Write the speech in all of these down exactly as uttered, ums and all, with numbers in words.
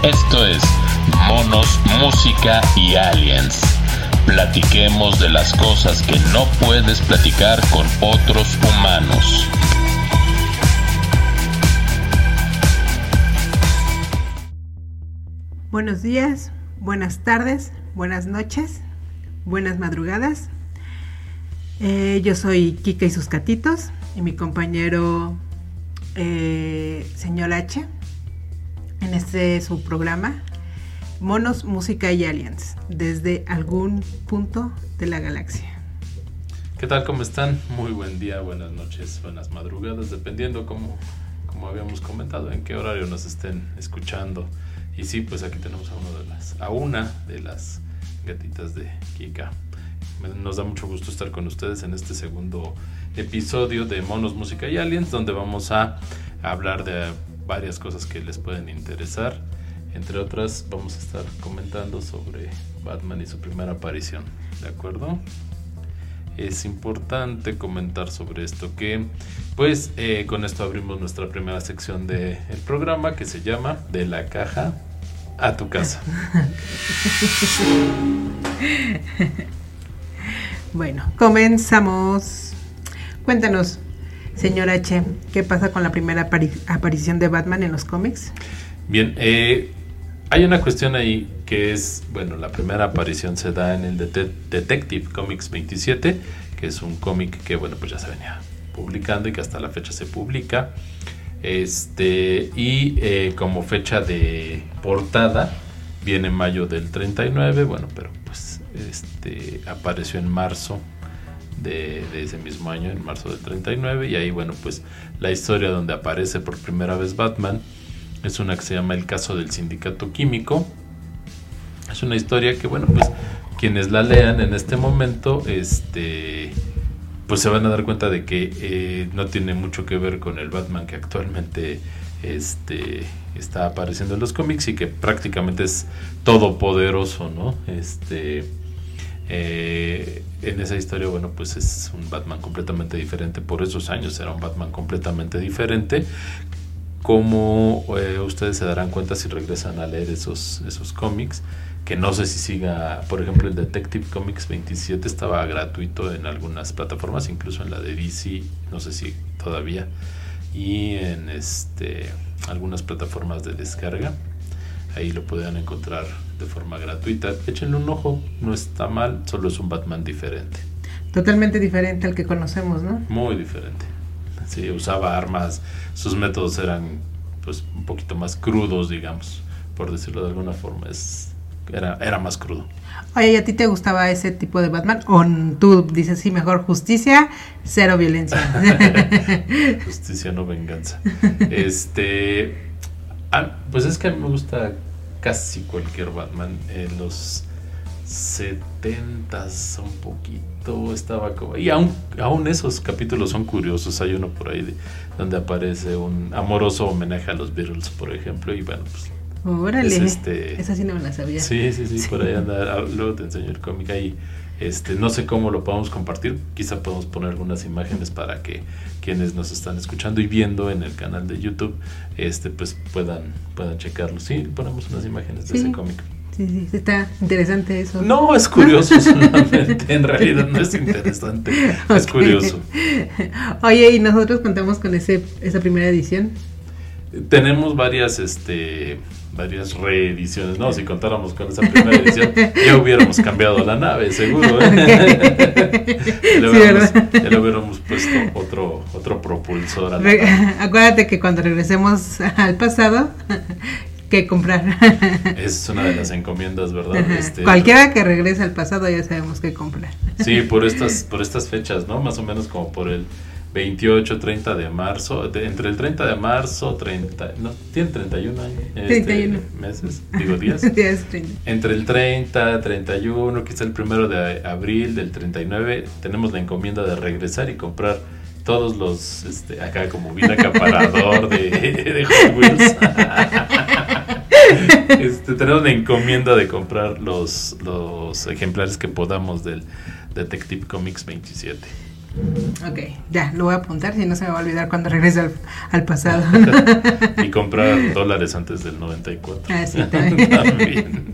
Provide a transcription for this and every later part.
Esto es Monos, Música y Aliens. Platiquemos de las cosas que no puedes platicar con otros humanos. Buenos días, buenas tardes, buenas noches, buenas madrugadas. Eh, yo soy Kika y sus gatitos y mi compañero eh, señor H en este su programa Monos, Música y Aliens desde algún punto de la galaxia. ¿Qué tal? ¿Cómo están? Muy buen día, buenas noches, buenas madrugadas, dependiendo como, como habíamos comentado en qué horario nos estén escuchando. Y sí, pues aquí tenemos a, uno de las, a una de las gatitas de Kika. Nos da mucho gusto estar con ustedes en este segundo episodio de Monos, Música y Aliens, donde vamos a hablar de varias cosas que les pueden interesar. Entre otras, vamos a estar comentando sobre Batman y su primera aparición, ¿de acuerdo? Es importante comentar sobre esto que, pues, eh, con esto abrimos nuestra primera sección del programa, que se llama De la caja a tu casa. Bueno, comenzamos. Cuéntanos, señor H, ¿qué pasa con la primera apari- aparición de Batman en los cómics? Bien, eh, hay una cuestión ahí que es, bueno, la primera aparición se da en el Det- Detective Comics veintisiete, que es un cómic que, bueno, pues ya se venía publicando y que hasta la fecha se publica. Este, y eh, como fecha de portada viene mayo del treinta y nueve, bueno, pero pues este apareció en marzo de, de ese mismo año, en marzo del treinta y nueve, y ahí, bueno, pues la historia donde aparece por primera vez Batman es una que se llama El caso del sindicato químico. Es una historia que, bueno, pues quienes la lean en este momento, este, pues se van a dar cuenta de que eh, no tiene mucho que ver con el Batman que actualmente este, está apareciendo en los cómics y que prácticamente es todopoderoso, ¿no? Este, eh, en esa historia, bueno, pues es un Batman completamente diferente. Por esos años era un Batman completamente diferente. Como eh, ustedes se darán cuenta si regresan a leer esos, esos cómics, que no sé si siga, por ejemplo, el Detective Comics veintisiete estaba gratuito en algunas plataformas, incluso en la de D C, no sé si todavía, y en este algunas plataformas de descarga, ahí lo podían encontrar de forma gratuita. Échenle un ojo, no está mal, solo es un Batman diferente. Totalmente diferente al que conocemos, ¿no? Muy diferente. Sí, usaba armas, sus métodos eran pues un poquito más crudos, digamos, por decirlo de alguna forma. Es, era, era más crudo. Oye, ¿y a ti te gustaba ese tipo de Batman? ¿O tú dices, sí, mejor justicia, cero violencia? Justicia, no venganza. Este, ah, pues es que a mí me gusta casi cualquier Batman. En los setentas un poquito estaba como, y aún, aún esos capítulos son curiosos. Hay uno por ahí de, donde aparece un amoroso homenaje a los Beatles, por ejemplo, y bueno, pues órale, es este, esa sí no me la sabía. sí, sí, sí, sí, por ahí anda. Luego te enseño el cómic ahí. Este, no sé cómo lo podemos compartir, quizá podemos poner algunas imágenes para que quienes nos están escuchando y viendo en el canal de YouTube, este, pues puedan, puedan checarlo. Sí, ponemos unas imágenes de sí. ese cómic. Sí, sí, está interesante eso. No, es curioso solamente, en realidad no es interesante, okay. Es curioso. Oye, ¿y nosotros contamos con ese esa primera edición? Tenemos varias, este, varias reediciones, no, si contáramos con esa primera edición, ya hubiéramos cambiado la nave, seguro, ¿eh? ya, le hubiéramos, sí, ya le hubiéramos puesto otro, otro propulsor a la Re- nave. Acuérdate que cuando regresemos al pasado, que comprar. Es una de las encomiendas, ¿verdad? Este, Cualquiera que regrese al pasado ya sabemos qué comprar. Sí, por estas, por estas fechas, ¿no? Más o menos como por el veintiocho, treinta de marzo, de, entre el treinta de marzo, treinta, no, tiene treinta y uno años, treinta y uno este, meses, digo días. días treinta. Entre el treinta, treinta y uno, quizá el primero de abril del treinta y nueve, tenemos la encomienda de regresar y comprar todos los, este, acá como bien acaparador de, de Hot Wheels. Este, tenemos la encomienda de comprar los, los ejemplares que podamos del Detective Comics veintisiete. Ok, ya, lo voy a apuntar, si no se me va a olvidar cuando regrese al, al pasado. Y comprar dólares antes del noventa y cuatro. Ah, sí, también. También.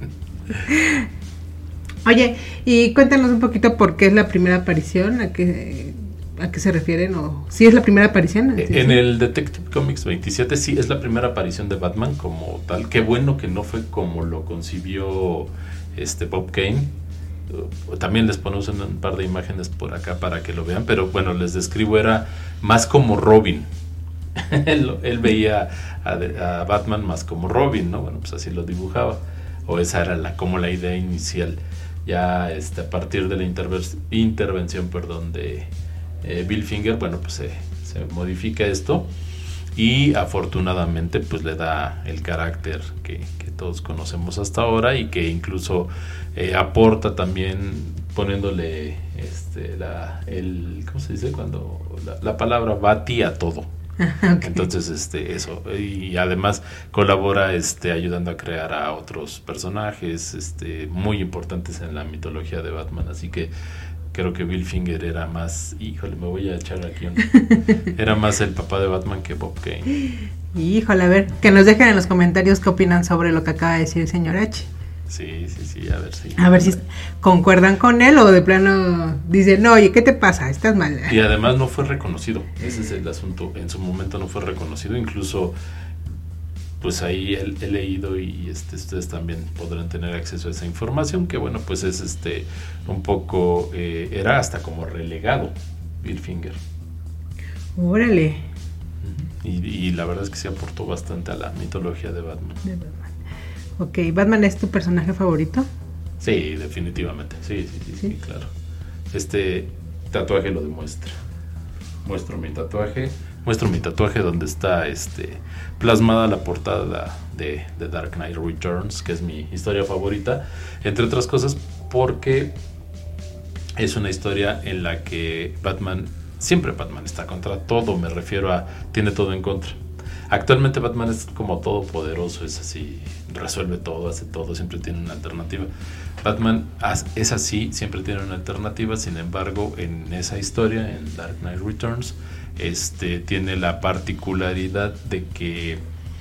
Oye, y cuéntanos un poquito por qué es la primera aparición, a qué, a qué se refieren, o si ¿sí es la primera aparición? ¿Sí? En el Detective Comics veintisiete sí es la primera aparición de Batman como tal. Qué bueno que no fue como lo concibió este Bob Kane. También les ponemos un par de imágenes por acá para que lo vean, pero bueno, les describo, era más como Robin. él, él veía a, a Batman más como Robin, ¿no? Bueno, pues así lo dibujaba, o esa era la, como la idea inicial. Ya este, a partir de la interve- intervención perdón, de eh, Bill Finger, bueno, pues se, se modifica esto y afortunadamente pues le da el carácter que, que todos conocemos hasta ahora, y que incluso eh, aporta también poniéndole este, la, el, ¿cómo se dice? Cuando la, la palabra bati a todo. Okay. Entonces este eso, y además colabora este ayudando a crear a otros personajes este muy importantes en la mitología de Batman, así que creo que Bill Finger era más, híjole, me voy a echar aquí un, era más el papá de Batman que Bob Kane. Híjole, a ver, que nos dejen en los comentarios qué opinan sobre lo que acaba de decir el señor H. Sí, sí, sí, a ver si. A ver si concuerdan con él o de plano dicen, no, oye, ¿qué te pasa? Estás mal. Y además no fue reconocido, ese es el asunto, en su momento no fue reconocido, incluso pues ahí he, he leído y este, ustedes también podrán tener acceso a esa información, que bueno, pues es este un poco, eh, era hasta como relegado Bill Finger. Órale. Y, y la verdad es que se aportó bastante a la mitología de Batman. De Batman. Ok, ¿Batman es tu personaje favorito? Sí, definitivamente, sí, sí, sí, sí, sí, claro. Este tatuaje lo demuestra. Muestro mi tatuaje, muestro mi tatuaje donde está este plasmada la portada de, de Dark Knight Returns, que es mi historia favorita, entre otras cosas porque es una historia en la que Batman, siempre Batman está contra todo, me refiero a, tiene todo en contra. Actualmente Batman es como todopoderoso, es así, resuelve todo, hace todo, siempre tiene una alternativa. Batman es así, siempre tiene una alternativa, sin embargo, en esa historia, en Dark Knight Returns, este, tiene la particularidad de que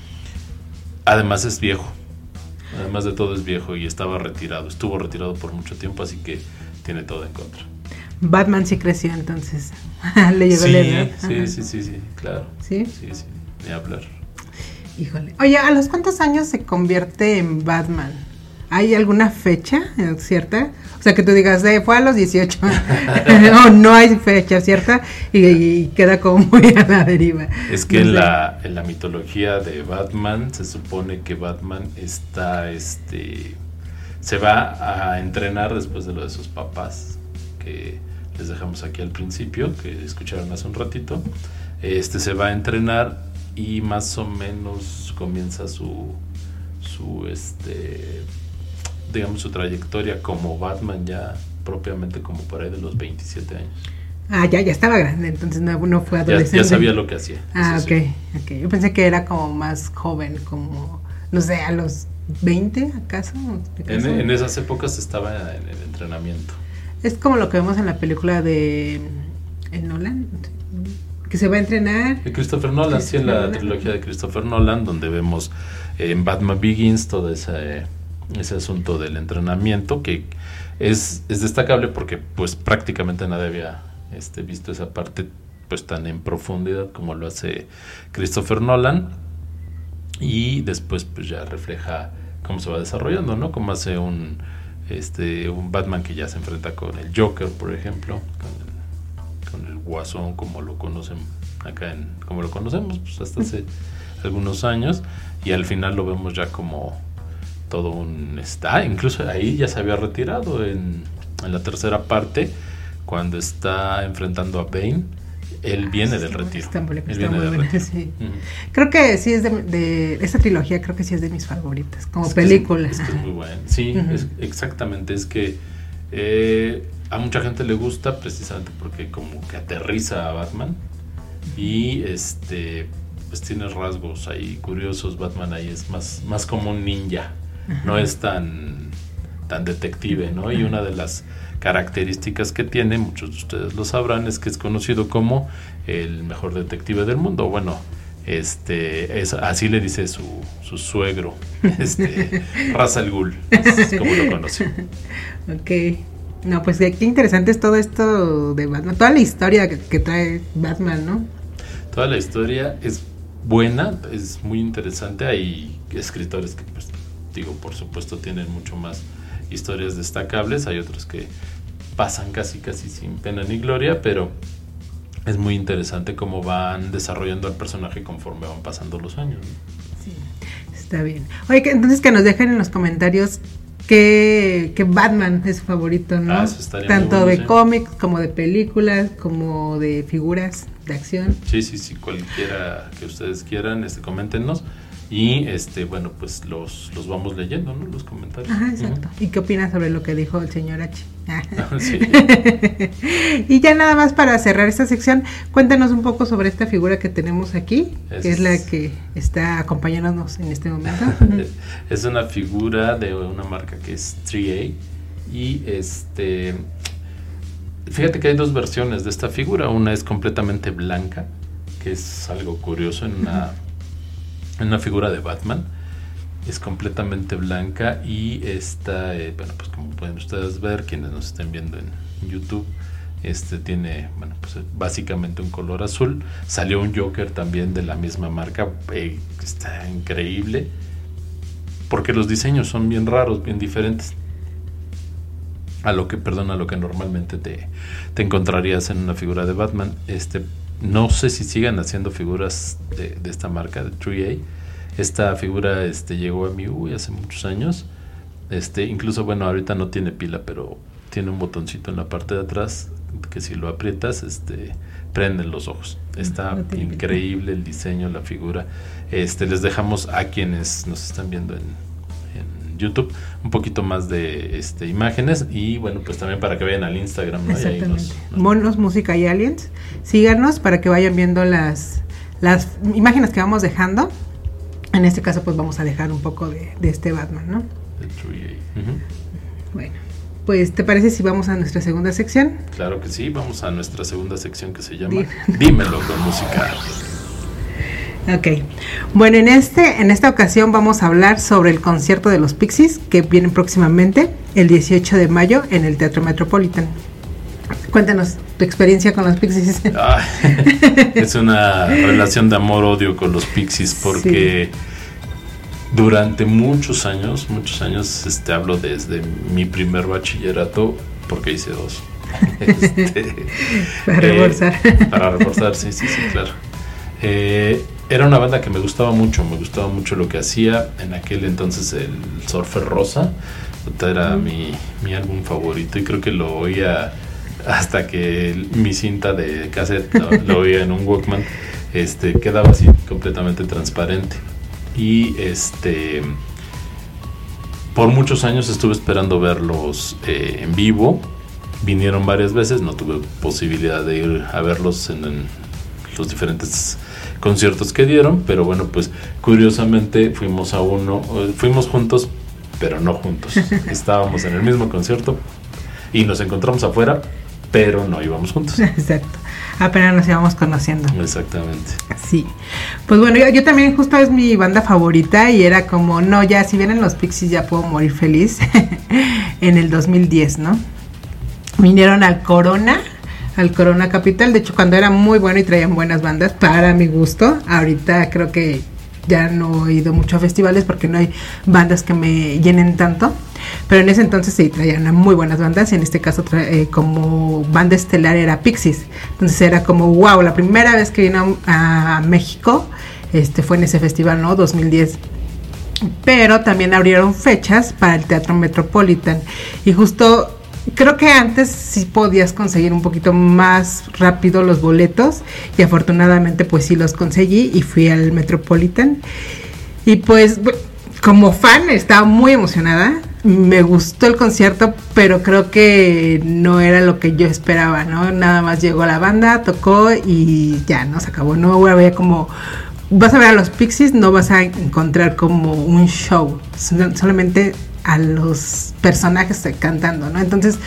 además es viejo, además de todo es viejo y estaba retirado, estuvo retirado por mucho tiempo, así que tiene todo en contra. Batman sí creció entonces, le llegó sí, la edad. Sí, sí, sí, sí, claro. ¿Sí? Sí, sí. Ni hablar. Híjole. Oye, ¿a los cuántos años se convierte en Batman? ¿Hay alguna fecha cierta? O sea, que tú digas, eh, fue a los dieciocho. No, no hay fecha cierta y, y queda como muy a la deriva. Es que no en, sé. la, en la mitología de Batman se supone que Batman está, este, se va a entrenar después de lo de sus papás, que les dejamos aquí al principio, que escucharon hace un ratito. Este se va a entrenar y más o menos comienza su su este digamos su trayectoria como Batman ya propiamente como por ahí de los veintisiete años. Ah, ya, ya estaba grande, entonces no, no fue adolescente. Ya, ya sabía lo que hacía. Ah, ok, sí. Ok. Yo pensé que era como más joven, como, no sé, a los veinte, ¿acaso? En, en esas épocas estaba en el entrenamiento. Es como lo que vemos en la película de ¿en Nolan? Que se va a entrenar. De Christopher Nolan, sí, en la Nolan. Trilogía de Christopher Nolan, donde vemos eh, en Batman Begins todo ese, eh, ese asunto del entrenamiento, que es, es destacable porque pues prácticamente nadie había este, visto esa parte pues tan en profundidad como lo hace Christopher Nolan, y después pues ya refleja cómo se va desarrollando, ¿no? Como hace un, este, un Batman que ya se enfrenta con el Joker, por ejemplo, con el con el Guasón, como lo conocen acá en, como lo conocemos pues hasta hace algunos años, y al final lo vemos ya como todo un está, incluso ahí ya se había retirado en, en la tercera parte cuando está enfrentando a Bane, él ah, viene sí, del retiro. Está muy, está muy buena, sí. Uh-huh. Creo que sí es de, de esta trilogía, creo que sí es de mis favoritas como es película. Que es, es que es muy buena. Sí, uh-huh. es, exactamente, es que eh, a mucha gente le gusta precisamente porque como que aterriza a Batman y este pues tiene rasgos ahí curiosos. Batman ahí es más, más como un ninja, uh-huh. no es tan, tan detective, ¿no? Y una de las características que tiene, muchos de ustedes lo sabrán, es que es conocido como el mejor detective del mundo. Bueno, este es, así le dice su, su suegro, este Ra's al Ghul, es como lo conoce. Ok. No, pues qué interesante es todo esto de Batman, toda la historia que, que trae Batman, ¿no? Toda la historia es buena, es muy interesante. Hay escritores que, pues, digo, por supuesto tienen mucho más historias destacables, hay otros que pasan casi casi sin pena ni gloria, pero es muy interesante cómo van desarrollando al personaje conforme van pasando los años, ¿no? Sí, está bien. Oye, entonces que nos dejen en los comentarios que, que Batman es su favorito, ¿no? Ah, eso estaría tanto muy bueno, de sí. cómics como de películas, como de figuras de acción. Sí, sí, sí, cualquiera que ustedes quieran, este, coméntenos. Y este, bueno, pues los, los vamos leyendo, ¿no? Los comentarios. Ajá, exacto. Uh-huh. ¿Y qué opinas sobre lo que dijo el señor H? Sí. Y ya nada más para cerrar esta sección, cuéntanos un poco sobre esta figura que tenemos aquí, es... que es la que está acompañándonos en este momento. Es una figura de una marca que es tres A. Y este, fíjate que hay dos versiones de esta figura. Una es completamente blanca, que es algo curioso en una... una figura de Batman, es completamente blanca y esta, eh, bueno, pues como pueden ustedes ver, quienes nos estén viendo en YouTube, este tiene, bueno, pues básicamente un color azul. Salió un Joker también de la misma marca, eh, está increíble, porque los diseños son bien raros, bien diferentes a lo que, perdón, a lo que normalmente te, te encontrarías en una figura de Batman. Este No sé si sigan haciendo figuras de, de esta marca, de tres A. Esta figura este, llegó a mí uy, hace muchos años. Este, incluso, bueno, ahorita no tiene pila, pero tiene un botoncito en la parte de atrás que si lo aprietas, este, prenden los ojos. Está no increíble el diseño, la figura. Este, les dejamos a quienes nos están viendo en, en YouTube un poquito más de este, imágenes y bueno, pues también para que vayan al Instagram, ¿no? Exactamente. Y ahí nos, nos... Monos, Música y Aliens. Síganos para que vayan viendo las, las imágenes que vamos dejando. En este caso pues vamos a dejar un poco de, de este Batman, ¿no? De tres A. Uh-huh. Bueno, pues ¿te parece si vamos a nuestra segunda sección? Claro que sí, vamos a nuestra segunda sección que se llama Dímelo con música. Ok, bueno, en este en esta ocasión vamos a hablar sobre el concierto de los Pixies que viene próximamente el dieciocho de mayo en el Teatro Metropolitan. Cuéntanos tu experiencia con los Pixies. Ah, es una relación de amor-odio con los Pixies porque sí. Durante muchos años, muchos años, este, hablo desde mi primer bachillerato, porque hice dos. Este, para reforzar. Eh, para reforzar, sí, sí, sí, claro. Eh, era una banda que me gustaba mucho, me gustaba mucho lo que hacía. En aquel entonces el Surfer Rosa era mm. mi, mi álbum favorito y creo que lo oía hasta que mi cinta de cassette lo, lo oía en un Walkman, este, quedaba así completamente transparente. Y este por muchos años estuve esperando verlos eh, en vivo. Vinieron varias veces, no tuve posibilidad de ir a verlos en, en los diferentes conciertos que dieron, pero bueno, pues curiosamente fuimos a uno, fuimos juntos, pero no juntos. Estábamos en el mismo concierto y nos encontramos afuera, pero no íbamos juntos. Exacto, apenas nos íbamos conociendo. Exactamente. Sí, pues bueno, yo, yo también justo es mi banda favorita y era como, no, ya si vienen los Pixies ya puedo morir feliz. En el dos mil diez, ¿no? Vinieron al Corona, al Corona Capital, de hecho cuando era muy bueno y traían buenas bandas, para mi gusto. Ahorita creo que ya no he ido mucho a festivales porque no hay bandas que me llenen tanto, pero en ese entonces sí traían muy buenas bandas y en este caso tra- eh, como banda estelar era Pixies. Entonces era como wow, la primera vez que vino a, a México este fue en ese festival, ¿no? dos mil diez. Pero también abrieron fechas para el Teatro Metropolitan y justo creo que antes sí podías conseguir un poquito más rápido los boletos y afortunadamente pues sí los conseguí y fui al Metropolitan y pues como fan estaba muy emocionada, me gustó el concierto, pero creo que no era lo que yo esperaba, ¿no? Nada más llegó la banda, tocó y ya, ¿no? Se acabó, no había como... Vas a ver a los Pixies, no vas a encontrar como un show, solamente a los personajes cantando, ¿no? Entonces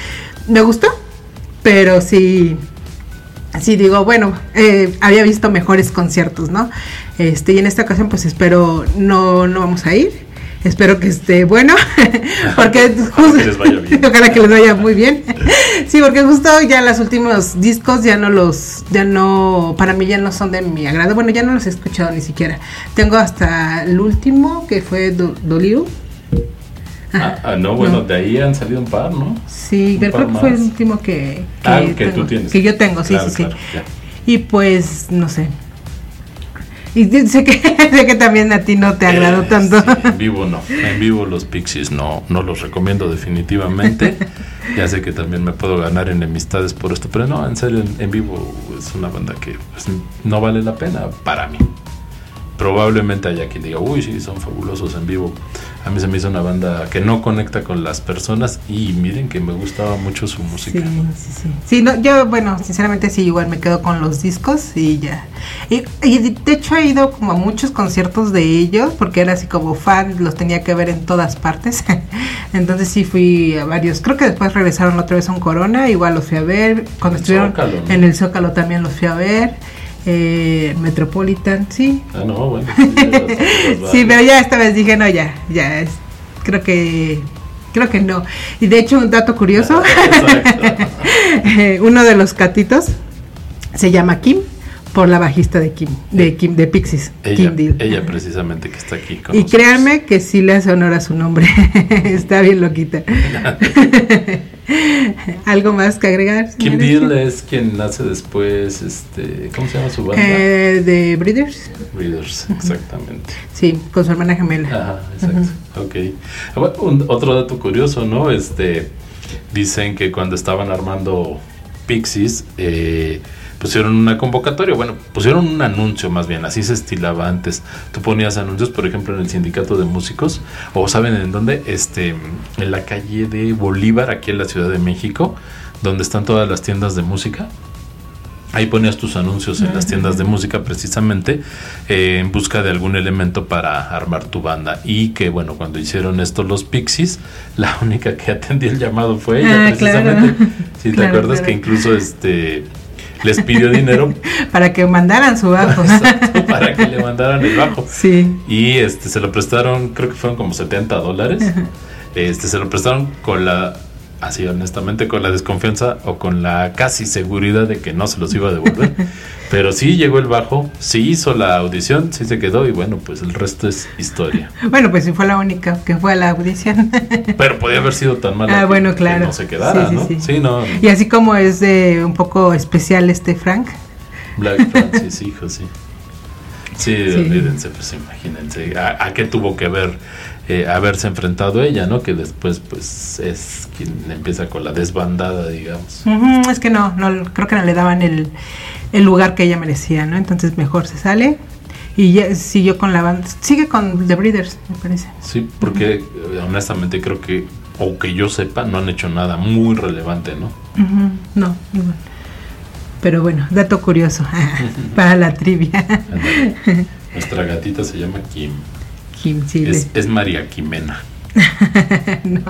me gustó, pero sí, sí digo, bueno, eh, había visto mejores conciertos, ¿no? Este, y en esta ocasión pues espero, no, no vamos a ir. Espero que esté bueno, porque ojalá que les vaya bien. Ojalá que les vaya muy bien. Sí, porque justo ya los últimos discos ya no los, ya no, para mí ya no son de mi agrado. Bueno, ya no los he escuchado ni siquiera. Tengo hasta el último que fue Do, Doliu. Ah, ah, no, bueno, no. De ahí han salido un par, ¿no? Sí, creo que fue el último que, que, ah, que tengo, tú tienes. Que yo tengo, sí, claro, sí, claro, sí. Ya. Y pues, no sé. Y sé que, sé que también a ti no te agradó eh, tanto. Sí, en vivo no, en vivo los Pixies no, no los recomiendo definitivamente. Ya sé que también me puedo ganar enemistades por esto, pero no, en serio, en, en vivo es una banda que pues, no vale la pena para mí. Probablemente haya quien diga, uy, sí, son fabulosos en vivo. A mí se me hizo una banda que no conecta con las personas y miren que me gustaba mucho su música. Sí, sí, sí. Sí, no, yo, bueno, sinceramente sí, igual me quedo con los discos y ya. Y, y de hecho he ido como a muchos conciertos de ellos porque era así como fan, los tenía que ver en todas partes. Entonces sí fui a varios. Creo que después regresaron otra vez a un Corona, igual los fui a ver. Cuando El estuvieron Zócalo, ¿no? En el Zócalo también los fui a ver. Eh, Metropolitan, sí. Ah, no, bueno. Sí, las, las sí, pero ya esta vez dije, no, ya, ya, es, creo que, creo que no. Y de hecho, un dato curioso, eh, uno de los catitos se llama Kim, por la bajista de Kim, de Kim, de Pixies, ella, Kim Deal. ella precisamente que está aquí con Y nosotros. créanme que sí le hace honor a su nombre, está bien loquita. ¿Algo más que agregar? Kim Deal es quien nace después, este, ¿cómo se llama su banda? Eh, de Breeders. Breeders, exactamente. Sí, con su hermana gemela. Ajá, exacto. Uh-huh. Ok. Bueno, un, otro dato curioso, ¿no? Este, dicen que cuando estaban armando Pixies, eh, pusieron una convocatoria, bueno, pusieron un anuncio más bien, así se estilaba antes. Tú ponías anuncios, por ejemplo, en el sindicato de músicos, o ¿saben en dónde? Este, en la calle de Bolívar, aquí en la Ciudad de México, donde están todas las tiendas de música. Ahí ponías tus anuncios en las tiendas de música precisamente eh, en busca de algún elemento para armar tu banda. Y que bueno, cuando hicieron esto los Pixies, la única que atendió el llamado fue ella, ah, precisamente. Claro. Si te claro, acuerdas claro. que incluso este les pidió dinero para que mandaran su bajo. Exacto, para que le mandaran el bajo. Sí. Y este se lo prestaron, creo que fueron como setenta dólares. Este se lo prestaron con la, así honestamente, con la desconfianza o con la casi seguridad de que no se los iba a devolver. Pero sí llegó el bajo, sí hizo la audición, sí se quedó y bueno, pues el resto es historia. Bueno, pues sí fue la única que fue a la audición. Pero podía haber sido tan mala ah, que, bueno, claro. que no se quedara, sí, sí, ¿no? Sí. Sí, no. Y así como es de un poco especial este Frank. Black Francis, hijo, sí. Sí, sí, olvídense, pues imagínense a, a qué tuvo que ver eh, haberse enfrentado ella, ¿no? Que después pues es quien empieza con la desbandada, digamos. Uh-huh, es que no, no, creo que no le daban el, el lugar que ella merecía, ¿no? Entonces mejor se sale y ya siguió con la banda, sigue con The Breeders, me parece. Sí, porque uh-huh. honestamente creo que, o que yo sepa, no han hecho nada muy relevante, ¿no? Uh-huh, no, igual. Pero bueno, dato curioso para la trivia. Nuestra gatita se llama Kim. Kim, sí. Es, es María Quimena. No.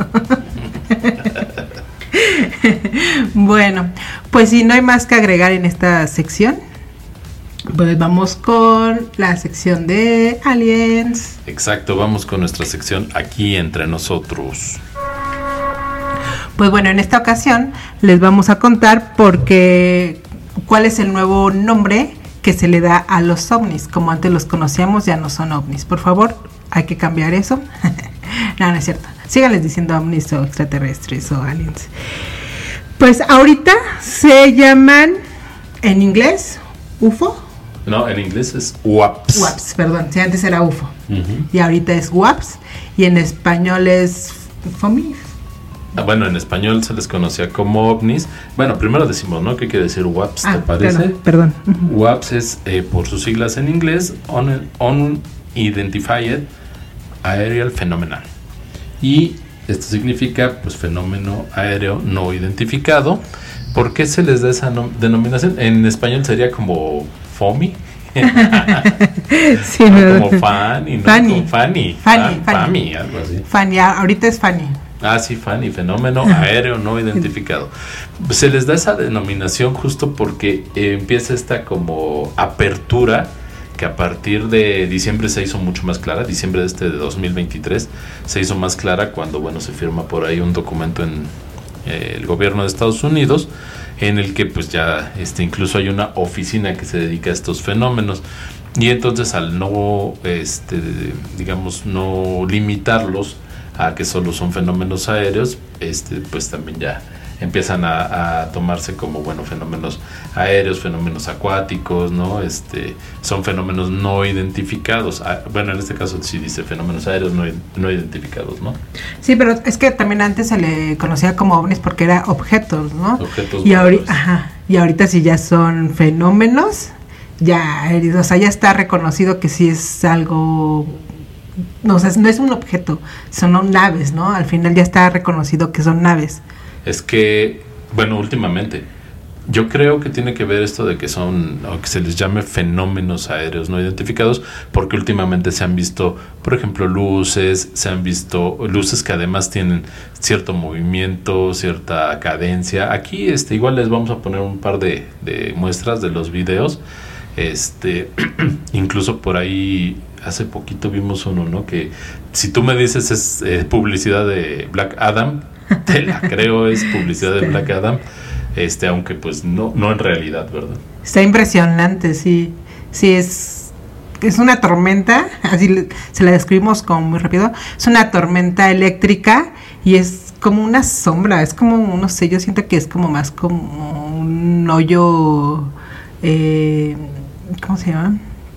Bueno, pues si no hay más que agregar en esta sección, pues vamos con la sección de Aliens. Exacto, vamos con nuestra sección Aquí Entre Nosotros. Pues bueno, en esta ocasión les vamos a contar porque cuál es el nuevo nombre que se le da a los ovnis. Como antes los conocíamos, ya no son ovnis. Por favor, hay que cambiar eso. No, no es cierto. Síganles diciendo ovnis o extraterrestres o aliens. Pues ahorita se llaman en inglés U F O. No, en inglés es U A Ps. U A Ps, perdón. Sí, antes era U F O. Uh-huh. Y ahorita es U A Ps. Y en español es F O M I. Bueno, en español se les conocía como ovnis. Bueno, primero decimos, ¿no? ¿Qué quiere decir U A Ps? Ah, ¿Te parece? Claro, perdón. U A Ps es, eh, por sus siglas en inglés, Unidentified Aerial Phenomenon. Y esto significa, pues, fenómeno aéreo no identificado. ¿Por qué se les da esa no- denominación? En español sería como F O M I. Sí, no, no. como Fanny, ¿no? Fanny. Como Fanny. Fanny, Fan- Fanny. Fami, algo así. Fanny, ahorita es Fanny. Ah, sí, Fanny, fenómeno aéreo no identificado. Se les da esa denominación justo porque eh, empieza esta como apertura que a partir de diciembre se hizo mucho más clara, diciembre de este de dos mil veintitrés se hizo más clara cuando, bueno, se firma por ahí un documento en eh, el gobierno de Estados Unidos en el que pues ya este incluso hay una oficina que se dedica a estos fenómenos. Y entonces al no, este, digamos, no limitarlos a que solo son fenómenos aéreos, este, pues también ya empiezan a, a tomarse como, bueno, fenómenos aéreos, fenómenos acuáticos, ¿no? Este, son fenómenos no identificados. Ah, bueno, en este caso sí dice fenómenos aéreos no, no identificados, ¿no? Sí, pero es que también antes se le conocía como ovnis porque era objetos, ¿no? Objetos y, ahori- ajá, y ahorita sí ya son fenómenos, ya, o sea, ya está reconocido que sí es algo... No, o sea, no es un objeto, son naves, ¿no? Al final ya está reconocido que son naves. Es que, bueno, últimamente, yo creo que tiene que ver esto de que son, o que se les llame fenómenos aéreos no identificados, porque últimamente se han visto, por ejemplo, luces, se han visto luces que además tienen cierto movimiento, cierta cadencia. Aquí, este, igual les vamos a poner un par de, de muestras de los videos. Este, incluso por ahí hace poquito vimos uno, ¿no? Que si tú me dices es eh, publicidad de Black Adam, te la creo, es publicidad de Black Adam, este, aunque pues no, no en realidad, ¿verdad? Está impresionante, sí, sí es, es una tormenta, así le, se la describimos como muy rápido, es una tormenta eléctrica y es como una sombra, es como, no sé, yo siento que es como más como un hoyo, eh, ¿cómo se llama?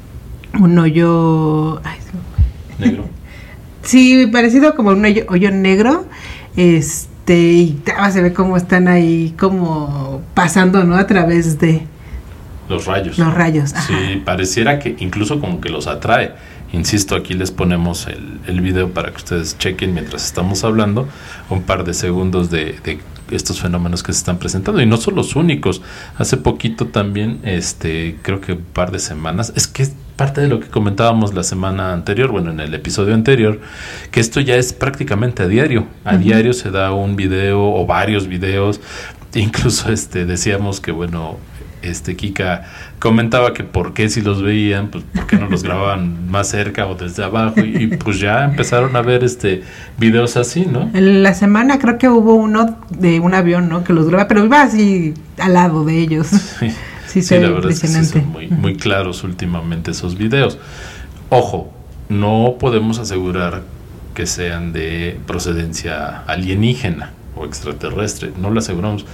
Un hoyo... Ay, negro. Sí, parecido como un hoyo, hoyo negro, este, y ah, se ve cómo están ahí como pasando, ¿no? A través de... Los rayos. Los rayos, ajá. Sí, pareciera que incluso como que los atrae. Insisto, aquí les ponemos el, el video para que ustedes chequen mientras estamos hablando un par de segundos de, de estos fenómenos que se están presentando, y no son los únicos. Hace poquito también, este, creo que un par de semanas, es que es parte de lo que comentábamos la semana anterior, bueno, en el episodio anterior, que esto ya es prácticamente a diario. A uh-huh. diario se da un video o varios videos. Incluso este decíamos que, bueno, este Kika comentaba que por qué si los veían, pues por qué no los grababan más cerca o desde abajo, y, y pues ya empezaron a ver este videos así, ¿no? En la semana creo que hubo uno de un avión, ¿no? Que los graba, pero iba así al lado de ellos. Sí, sí, sí, la verdad es que sí son muy, muy claros últimamente esos videos. Ojo, no podemos asegurar que sean de procedencia alienígena o extraterrestre, no lo aseguramos.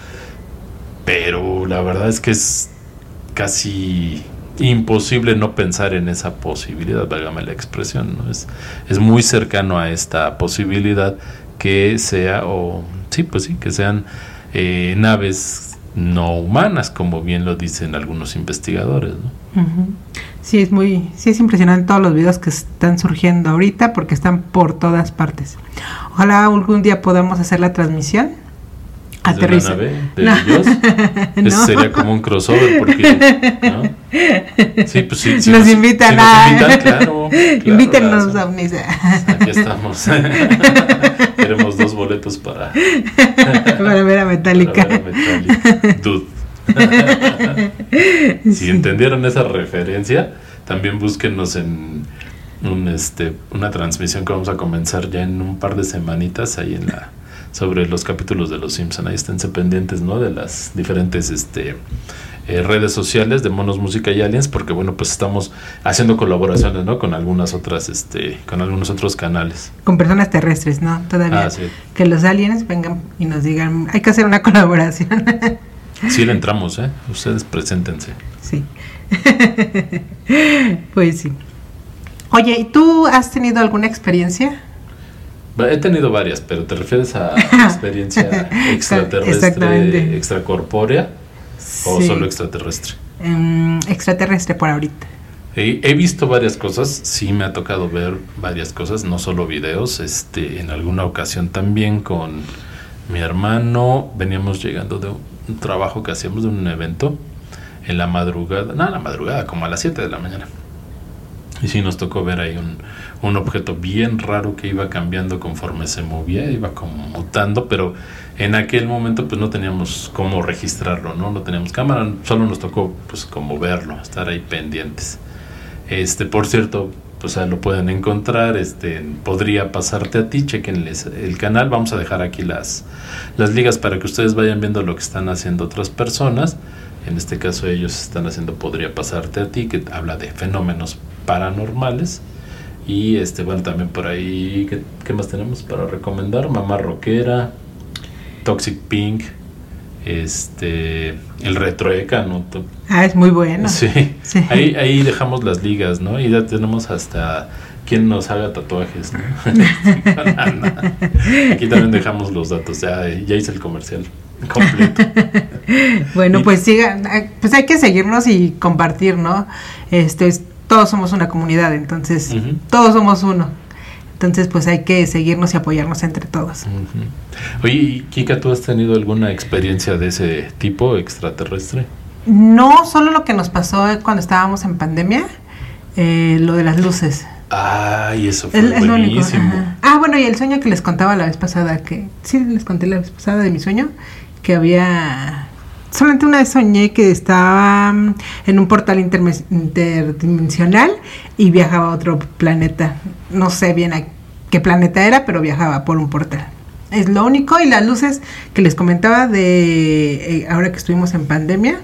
Pero la verdad es que es casi imposible no pensar en esa posibilidad, válgame la expresión, ¿no? Es, es muy cercano a esta posibilidad que sea, o sí, pues sí, que sean eh, naves no humanas, como bien lo dicen algunos investigadores, ¿no? Uh-huh. Sí, es muy, sí es impresionante todos los videos que están surgiendo ahorita porque están por todas partes. Ojalá algún día podamos hacer la transmisión. Aterriza. ¿De una nave de no. ellos? Eso no. Sería como un crossover, porque ¿no? Sí, pues sí, sí nos, nos invitan si a nos invitan, claro, claro, invítenos a Omnis. Aquí estamos. Queremos dos boletos para para ver a Metallica. Para ver a Metallica. Dude. Si sí. entendieron esa referencia, también búsquenos en un este una transmisión que vamos a comenzar ya en un par de semanitas ahí en la sobre los capítulos de Los Simpson. Ahí esténse pendientes, ¿no? De las diferentes este eh, redes sociales de Monos, Música y Aliens, porque bueno, pues estamos haciendo colaboraciones, ¿no? Con algunas otras, este, con algunos otros canales. Con personas terrestres, ¿no? Todavía. Ah, sí. Que los aliens vengan y nos digan, hay que hacer una colaboración. Sí le entramos, ¿eh? Ustedes preséntense. Sí. Pues sí. Oye, ¿y tú has tenido alguna experiencia? He tenido varias, pero ¿te refieres a experiencia extraterrestre, extracorpórea sí. o solo extraterrestre? Um, extraterrestre por ahorita. He, he visto varias cosas, sí me ha tocado ver varias cosas, no solo videos. Este, en alguna ocasión también con mi hermano veníamos llegando de un trabajo que hacíamos, de un evento en la madrugada, no, en la madrugada, como a las siete de la mañana. Y sí nos tocó ver ahí un, un objeto bien raro que iba cambiando conforme se movía, iba como mutando, pero en aquel momento pues no teníamos cómo registrarlo, ¿no? No teníamos cámara, solo nos tocó pues como verlo, estar ahí pendientes. Este, por cierto, pues ahí lo pueden encontrar, este, podría pasarte a ti, chequenles el canal, vamos a dejar aquí las, las ligas para que ustedes vayan viendo lo que están haciendo otras personas. En este caso ellos están haciendo Podría Pasarte a Ti, que habla de fenómenos paranormales. Y este bueno, también por ahí, ¿qué, qué más tenemos para recomendar? Mamá Rockera, Toxic Pink, este el Retroeca, ¿no? Ah, es muy bueno. Sí, sí. Ahí, ahí dejamos las ligas, ¿no? Y ya tenemos hasta quien nos haga tatuajes, ¿no? Aquí también dejamos los datos, ya, ya hice el comercial completo. Bueno, y, pues sigan, pues hay que seguirnos y compartir, ¿no? Este, es, todos somos una comunidad, entonces uh-huh. todos somos uno. Entonces, pues hay que seguirnos y apoyarnos entre todos. Uh-huh. Oye, Kika, ¿tú has tenido alguna experiencia de ese tipo extraterrestre? No, solo lo que nos pasó cuando estábamos en pandemia, eh, lo de las luces. Ay, eso fue es, buenísimo. Es ah, bueno, y el sueño que les contaba la vez pasada, que sí les conté la vez pasada de mi sueño, que había... Solamente una vez soñé que estaba en un portal interme- interdimensional y viajaba a otro planeta. No sé bien a qué planeta era, pero viajaba por un portal. Es lo único. Y las luces que les comentaba de eh, ahora que estuvimos en pandemia,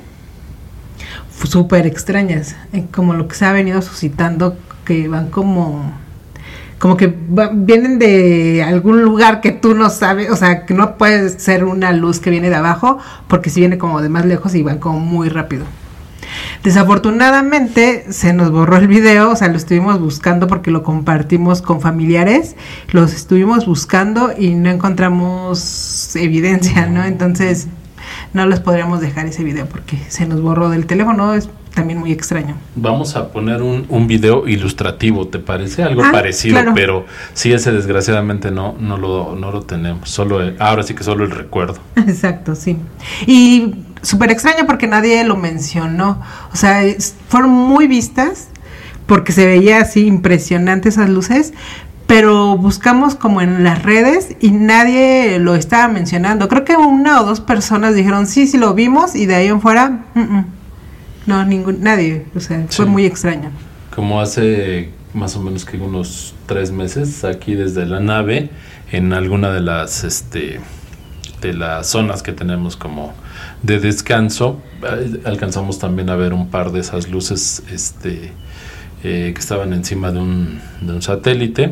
súper extrañas. Eh, como lo que se ha venido suscitando, que van como... como que va, vienen de algún lugar que tú no sabes, o sea, que no puede ser una luz que viene de abajo, porque si viene como de más lejos y van como muy rápido. Desafortunadamente se nos borró el video, o sea, lo estuvimos buscando porque lo compartimos con familiares, los estuvimos buscando y no encontramos evidencia, ¿no? Entonces no les podríamos dejar ese video porque se nos borró del teléfono, es también muy extraño. Vamos a poner un, un video ilustrativo, ¿te parece? Algo ah, parecido, claro. Pero sí, ese desgraciadamente no no lo no lo tenemos, solo el, ahora sí que solo el recuerdo. Exacto, sí. Y súper extraño porque nadie lo mencionó, o sea, es, fueron muy vistas porque se veía así impresionante esas luces, pero buscamos como en las redes y nadie lo estaba mencionando. Creo que una o dos personas dijeron, sí, sí lo vimos, y de ahí en fuera, uh-uh. no, ningún, nadie, o sea, fue sí. muy extraño. Como hace más o menos que unos tres meses, aquí desde la nave, en alguna de las, este, de las zonas que tenemos como de descanso, alcanzamos también a ver un par de esas luces, este, eh, que estaban encima de un, de un satélite.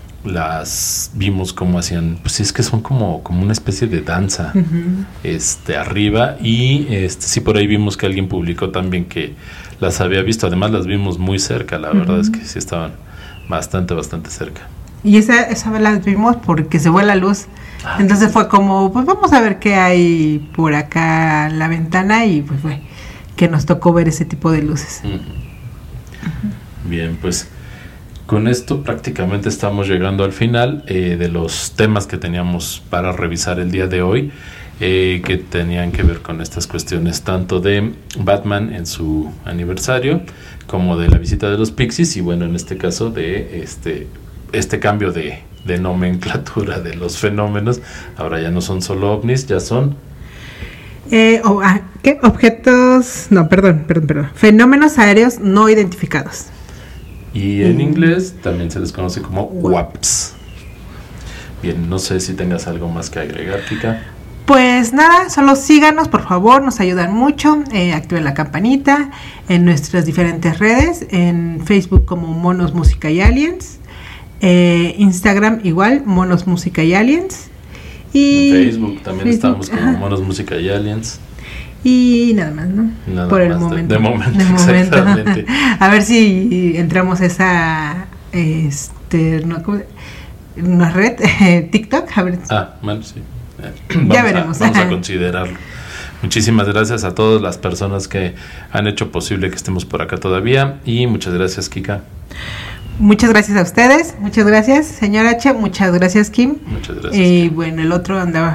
Las vimos como hacían, pues sí, es que son como, como una especie de danza, uh-huh. este, arriba, y este, sí, por ahí vimos que alguien publicó también que las había visto, además las vimos muy cerca, la uh-huh. verdad es que sí estaban bastante, bastante cerca. Y esa, esa vez las vimos porque se fue la luz, ah, entonces sí. fue como, pues vamos a ver qué hay por acá en la ventana, y pues fue que nos tocó ver ese tipo de luces. Uh-huh. Uh-huh. Bien, pues con esto prácticamente estamos llegando al final eh, de los temas que teníamos para revisar el día de hoy, eh, que tenían que ver con estas cuestiones tanto de Batman en su aniversario como de la visita de los Pixies, y bueno, en este caso de este, este cambio de, de nomenclatura de los fenómenos. Ahora ya no son solo ovnis, ya son... Eh, oh, ah, ¿qué? Objetos... No, perdón, perdón, perdón. Fenómenos aéreos no identificados. Y en inglés también se les conoce como W A Ps. Bien, no sé si tengas algo más que agregar, Kika. Pues nada, solo síganos, por favor, nos ayudan mucho. Eh, activen la campanita en nuestras diferentes redes, en Facebook como Monos Música y Aliens, eh, Instagram igual, Monos Música y Aliens. Y en Facebook también Facebook, estamos como ajá. Monos Música y Aliens. Y nada más, ¿no? Nada Por más, el momento. De, de momento, de momento. exactamente. A ver si entramos a esa, este, no, ¿cómo? Una red, eh, TikTok, a ver. Ah, bueno, sí. Eh, ya veremos. A, vamos a considerarlo. Muchísimas gracias a todas las personas que han hecho posible que estemos por acá todavía, y muchas gracias, Kika. Muchas gracias a ustedes, muchas gracias, señor H, muchas gracias, Kim. Muchas gracias. Y Kim. bueno, el otro andaba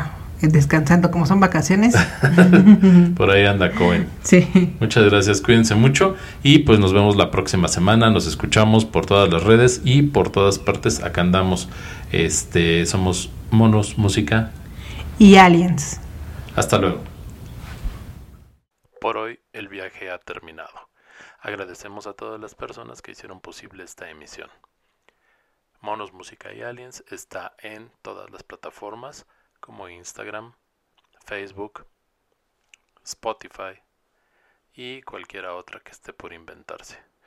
descansando, como son vacaciones. Por ahí anda Cohen. Sí. Muchas gracias, cuídense mucho y pues nos vemos la próxima semana. Nos escuchamos por todas las redes y por todas partes. Acá andamos. Este, somos Monos, Música y Aliens. Hasta luego. Por hoy el viaje ha terminado. Agradecemos a todas las personas que hicieron posible esta emisión. Monos, Música y Aliens está en todas las plataformas como Instagram, Facebook, Spotify y cualquiera otra que esté por inventarse.